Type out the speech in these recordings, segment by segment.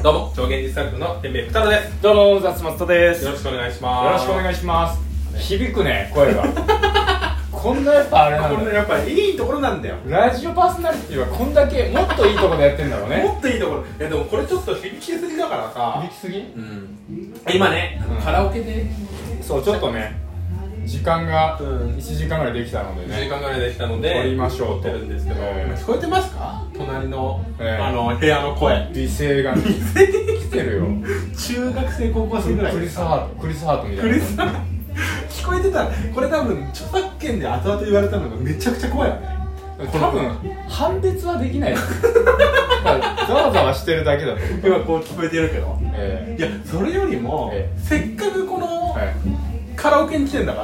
どうも超現実サークルの天命ふたろです。 どうも雑松田です。 よろしくお願いします。 よろしくお願いします。響くね声がこんなやっぱあれなんだ、 これやっぱりいいところなんだよ。 ラジオパーソナリティはこんだけもっといいところでやってんだろうねもっといいところ。いやでもこれちょっと響きすぎだからさ。 響きすぎ？ 今ね、カラオケでそうちょっとね時間が1時間ぐらいできたのでね、 1時間ぐらいできたので撮りましょうと撮ってるんですけど、聞こえてますか？隣の部屋の声。 美声が来てるよ。 中学生高校生ぐらい。 クリスハートみたいな。 聞こえてたらこれ多分著作権で後々言われたのがめちゃくちゃ怖いよね。 多分判別はできないざわざわしてるだけだと思う。 今こう聞こえてるけど、いやそれよりも、せっかくこの、カラオケに来てんだから、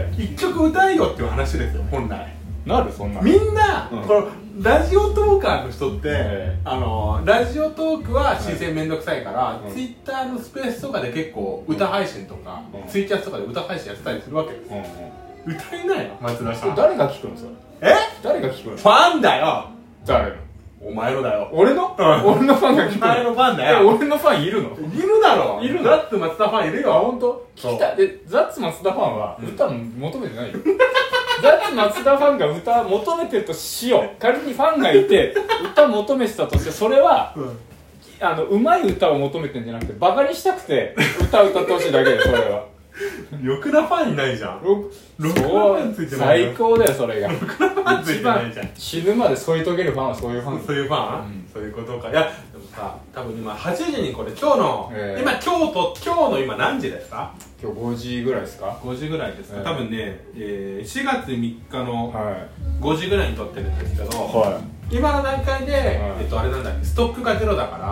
一曲歌えよっていう話ですよ本来。 なるそんなみんな、このラジオトーカーの人って、ラジオトークは申請めんどくさいから、ツイッターのスペースとかで結構歌配信とか、ツイキャスとかで歌配信やってたりするわけですよ。歌えないの松田さん。 誰が聞くのそれ？誰が聞くの？ ファンだよ。 誰の？ お前のだよ。 俺の？俺のファンが聞くの？ お前のファンだよ。 俺のファンいるの？ いるだろ。 いるの？ ザッツ松田ファンいるよ。 あ、ほんと？聞きたい。で、ザッツ松田ファンは歌求めてないよ。ザッツ松田ファンが歌求めてるとしよう。仮にファンがいて歌求めてたとして、それはうまい歌を求めてんじゃなくてバカにしたくて歌ってほしいだけで、それは。 ろくなファンいないじゃん。ろくなファンついてない。 最高だよそれが。 ろくなファンついてないじゃん。 死ぬまで添い遂げるファンはそういうファン。 そういうファン？そういうことか。いやでもさ、多分今8時にこれ今日の今日の今何時ですか？ 今日5時ぐらいですか ？5時ぐらいですか。多分ね、4月3日の5時ぐらいに撮ってるんですけど、今の段階であれなんだっけ、ストックがゼロだから。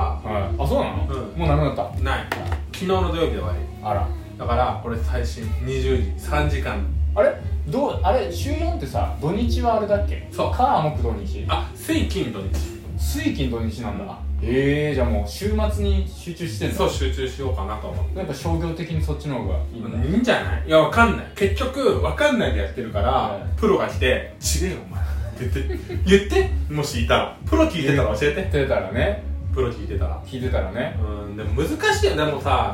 あ、そうなの？もうなくなった？ ない。昨日の土曜日で終わり。 あら。 だからこれ最新20時3時間。 あれあれ週4ってさ、土日はあれだっけ？ そう。 火木土日。 水金土日。 水金土日なんだ。じゃあもう週末に集中してんだ。 そう、集中しようかなと思って。 やっぱ商業的にそっちの方がいいんだ。 いいんじゃない？いやわかんない。結局わかんないでやってるから、プロが来て「違えよお前」って言ってもしいたら、プロ聞いてたら教えて。 プロ聞いてたらね。でも難しいよ。でもさ、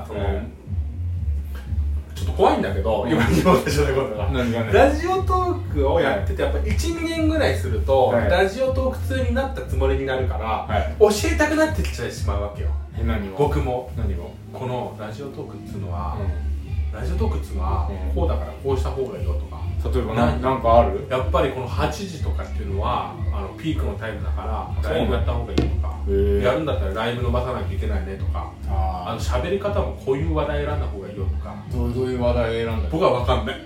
ちょっと怖いんだけど、今言おうとしてたことが、ラジオトークをやっててやっぱ 1,2 年ぐらいすると、ラジオトーク通になったつもりになるから、教えたくなってきてしまうわけよ。僕もこのラジオトークっつうのは、こうだからこうした方がいいよとか。 例えばなんかある？ やっぱりこの8時とかっていうのはピークのタイムだからライブやった方がいいとか、やるんだったらライブ伸ばさなきゃいけないねとか、喋り方もこういう話題選んだ方がいいよとか。 どういう話題選んだ？ 僕は分かんない。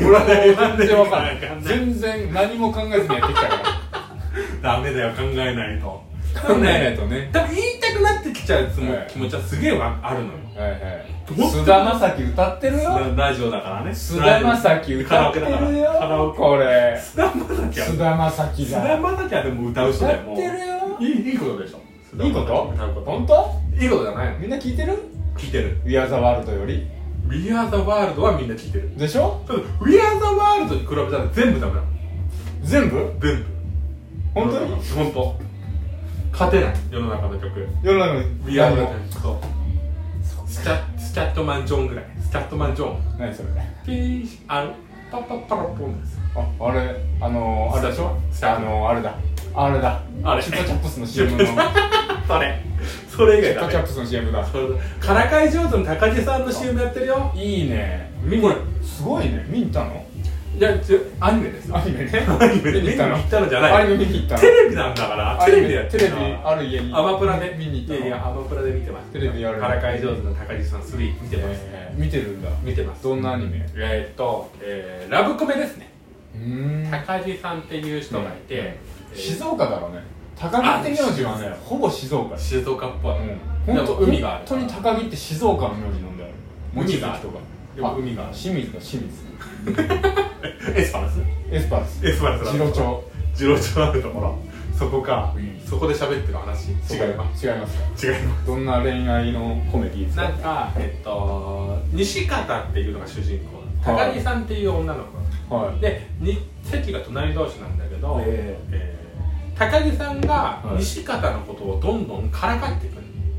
全然何も考えずにやってきたからダメだよ、考えないと。 考えないとね。 多分言いたくなってきちゃう気持ちはすげえあるのよ。 菅田将暉歌ってるよ。 ラジオだからね。 菅田将暉歌ってるよ。これ菅田将暉はでも歌う人だよ。 歌ってるよ。 いいことでしょ。 いいこと？本当？ いいことじゃないの？ みんな聞いてる？ 聞いてる。 We Are the World より We Are the World はみんな聞いてるでしょ。 We Are the World に比べたら全部ダメなの。 全部本当に？ 本当勝てない。世の中の曲、 世の中の We Are the World。そうスキャットマン・ジョンぐらい。スキャットマン・ジョン。 何それ？ パッパッパラポンです。 あれでしょ。あれだチュッパチャップスの CM のそれ以外だね。 チュッパチャップスの CM だ。 からかい上手の高地さんの CM やってるよ。 いいね。これすごいね。見に行ったの？ いや、アニメですよ。 アニメね。 見に行ったのじゃない。 アニメ見に行ったの。 テレビなんだから。テレビある家にアマプラで見に行ったの。 いやアマプラで見てます。 テレビやる。 からかい上手の高地さん3見てます。 見てるんだ。 見てます。 どんなアニメ？ ラブコメですね。高地さんっていう人がいて、 静岡だろうね。高木って名字はね、ほぼ静岡。 静岡っぽい。 本当海がある。 本当に高木って静岡の名字なんだよ。 海がある。 でも海が清水。 エスパルス。 次郎町あるところ。そこか。そこで喋ってる話。違いますか？違います。 どんな恋愛のコメディーですか？ なんか西方っていうのが主人公。高木さんっていう女の子。で席が隣同士なんだけど、高木さんが西方のことをどんどんからかってくる。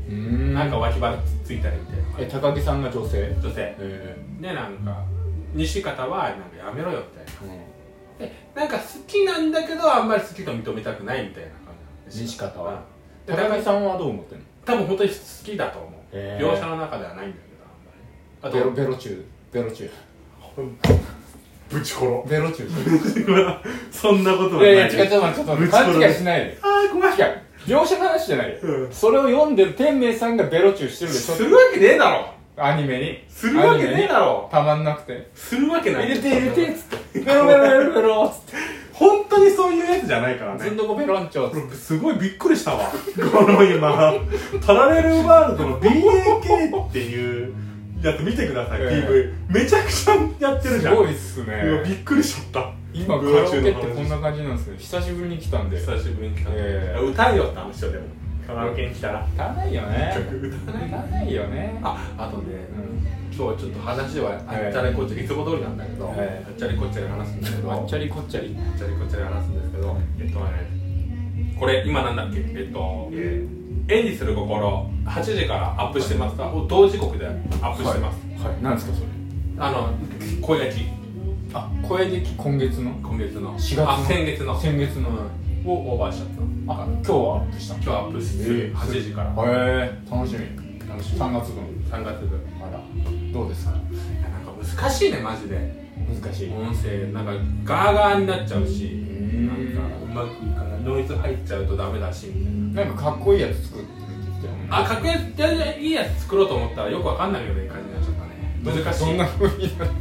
なんか脇腹ついたりみたいな。 高木さんが女性でなんか西方はなんかやめろよみたいな、でなんか好きなんだけどあんまり好きと認めたくないみたいな感じ。西方は高木さんはどう思ってんの？ 多分本当に好きだと思う。描写の中ではないんだけど、あんまり。あとベロチューぶちころベロチューそんなことはない。 いやいや違うちょっと勘違いしないで。 ああごめん。 違う描写の話じゃないよ、それを読んでる天明さんがベロチューしてるでしょ。 するわけねえだろ。 アニメにするわけねえだろ。 たまんなくてするわけない。 入れてっつってベロベロベロベロっつって本当にそういうやつじゃないからね。 ずんどこベロンチョっつってすごいびっくりしたわこの今パラレルワールドの BAK っていうやつ見てください、PV めちゃくちゃやってるじゃん。 すごいっすね。 びっくりしちゃった。 今カラオケってこんな感じなんですね。久しぶりに来たんで。 久しぶりに来たんで、歌えよって話よ。でもカラオケに来たら歌わないよね。歌わないよね。 あとね、今日ちょっと話はあっちゃりこっちゃり、いつも通りなんだけど、あっちゃりこっちゃり話すんだけど、 あっちゃりこっちゃり話すんですけど、これ今なんだっけ、演技する心8時からアップしてますか？同時刻でアップしてます。 はい。なんですかそれ？ 声焼き。 声劇今月の4月の先月のをオーバーしちゃった。 今日はアップした。 今日アップして8時から。 楽しみ。3月分。 あらどうですか？ なんか難しいねマジで。 難しい。 音声なんかガーガーになっちゃうし、なんかうまくいかない。ノイズ入っちゃうとダメだしみたいな。 なんかかっこいいやつ作ってみてきたよね。 かっこいいやつ作ろうと思ったらよくわかんないような感じになっちゃったね。難しい。 どんな風になった？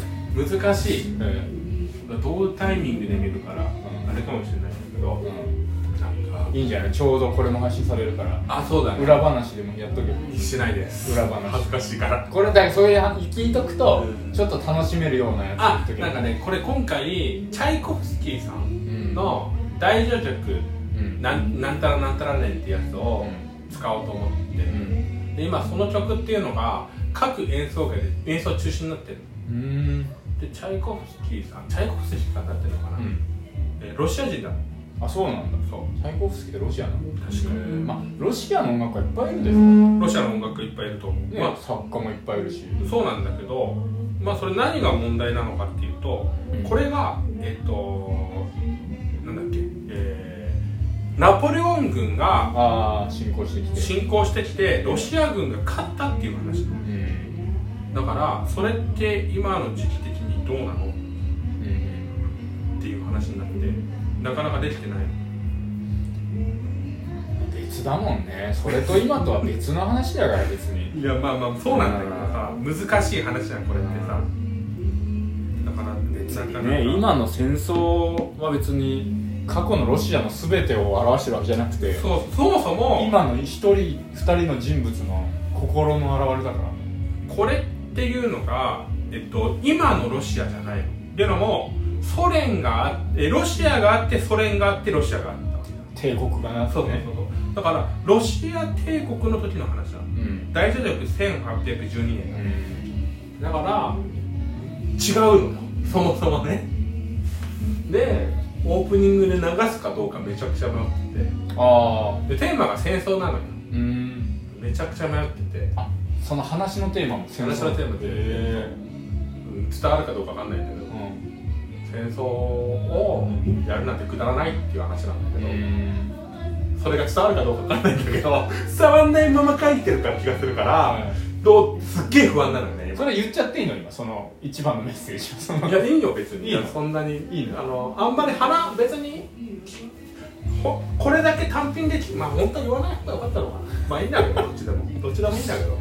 難しい。同タイミングで見るから、あれかもしれないんだけど、なんかいいんじゃない？ちょうどこれも配信されるから。 そうだね。 裏話でもやっとけば。 しないです。 裏話。 恥ずかしいから。 これだからそういう聞いとくと、ちょっと楽しめるようなやつ。 なんかね、これ今回チャイコフスキーさんの大序曲、なんたらなんたらねんってやつを使おうと思ってる。で今その曲っていうのが各演奏会で演奏中止になってる。でチャイコフスキーさんだってるのかな、ロシア人だ。 そうなんだ。 そうチャイコフスキーってロシアなの？ 確かに。ロシアの音楽家いっぱいいるでしょ。 ロシアの音楽家いっぱいいると思う。 作家もいっぱいいるし。 そうなんだけど、それ何が問題なのかっていうと、これがなんだっけ、ナポレオン軍が侵攻してきてロシア軍が勝ったっていう話。だからそれって今の時期的にどうなの、っていう話になってなかなかできてない。 別だもんね。それと今とは別の話だから別に。 いやそうなんだけどさ、難しい話じゃんこれってさ。だから別にね、今の戦争は別に過去のロシアの全てを表してるわけじゃなくて、 そもそも今の一人二人の人物の心の表れだから。 これっていうのが、今のロシアじゃないの。っていうのもソ連があってロシアがあってソ連があってロシアがあった。 帝国がなってね。 だからロシア帝国の時の話なの。大序曲1812年だから違うのよそもそもね。でオープニングで流すかどうかめちゃくちゃ迷ってて、でテーマが戦争なのよ。めちゃくちゃ迷ってて、 その話のテーマも戦争。話のテーマで伝わるかどうかわかんないんだけど、戦争をやるなんてくだらないっていう話なんだけど、それが伝わるかどうかわかんないんだけど伝わんないまま書いてるから気がするから、すっげえ不安なのよね。 それ言っちゃっていいの？今その一番のメッセージ。 いやいいよ別に。 いいの？ そんなにいいの？ あんまり別にこれだけ単品で本当に言わない方がよかったのかな。いいんだけどどっちでもいいんだけど、め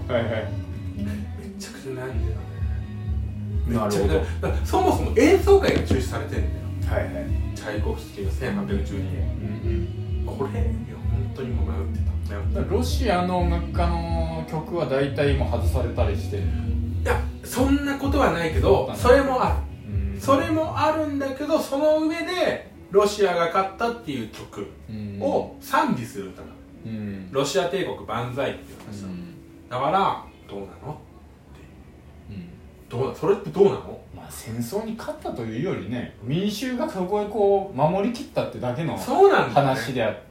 ちゃくちゃ悩んでるよね。 なるほど。 そもそも演奏会が中止されてるんだよ。 はいはい。 チャイコフスキーの1812年。これ本当にもう迷ってた。 ロシアの音楽家の曲は大体もう外されたりしてる。 いやそんなことはないけど、それもある。それもあるんだけど、その上でロシアが勝ったっていう曲を賛美する歌なの。ロシア帝国万歳っていう話だ。だからどうなのっていう。 それってどうなの？ まあ戦争に勝ったというよりね、民衆がそこへこう守りきったってだけの話であって、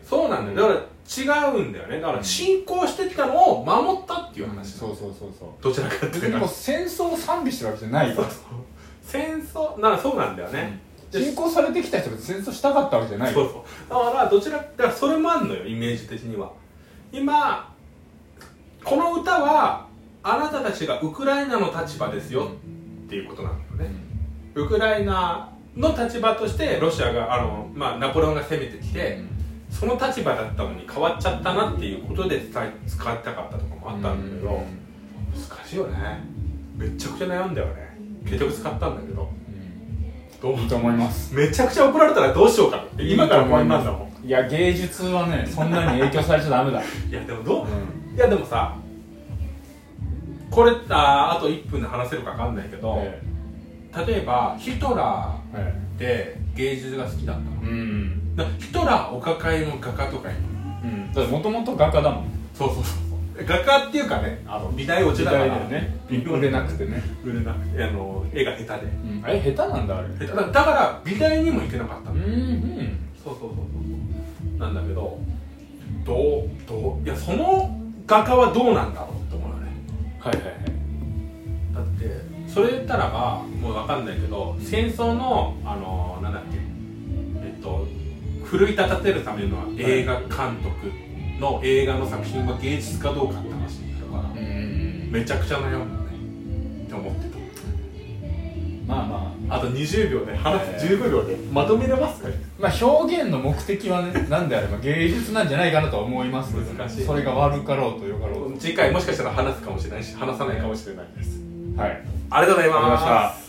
そうなんだよ、だから違うんだよね。だから侵攻してきたのを守ったっていう話、 そうどちらかっていうと、 別に戦争を賛美してるわけじゃないから。 戦争そうなんだよね、 侵攻されてきた人が戦争したかったわけじゃない。 そうだからだからそれもあるのよ、イメージ的には。今この歌はあなたたちがウクライナの立場ですよっていうことなんだよね、ウクライナの立場としてロシアがナポレオンが攻めてきて、その立場だったのに変わっちゃったなっていうことで使いたかったとかもあったんだけど、難しいよね。めちゃくちゃ悩んだよね。結局使ったんだけど、 いいと思います。 めちゃくちゃ怒られたらどうしようかって今から思いますもん。 いや芸術はねそんなに影響されちゃダメだ。 いやでもいやでもさ、これあと1分で話せるか分かんないけど、例えばヒトラーって芸術が好きだったの、ヒトラーお抱えの画家とかいるの、 だってもともと画家だもん。 そう画家っていうかね、美大落ちだからね、売れなくてね、 絵が下手で、 下手なんだあれ。 だから美大にも行けなかったの。そうなんだけど、いやその画家はどうなんだろうって思うよね。だってそれ言ったらばもう分かんないけど、戦争のなんだっけ、奮い立たせるための映画監督の映画の作品が芸術かどうかって話になるから、めちゃくちゃ悩むねって思ってた。あと20秒で15秒でまとめれますかね。 表現の目的はね何であれば芸術なんじゃないかなとは思いますけど、難しい。それが悪かろうとよかろうと、 次回もしかしたら話すかもしれないし話さないかもしれないです。 はい、 ありがとうございます。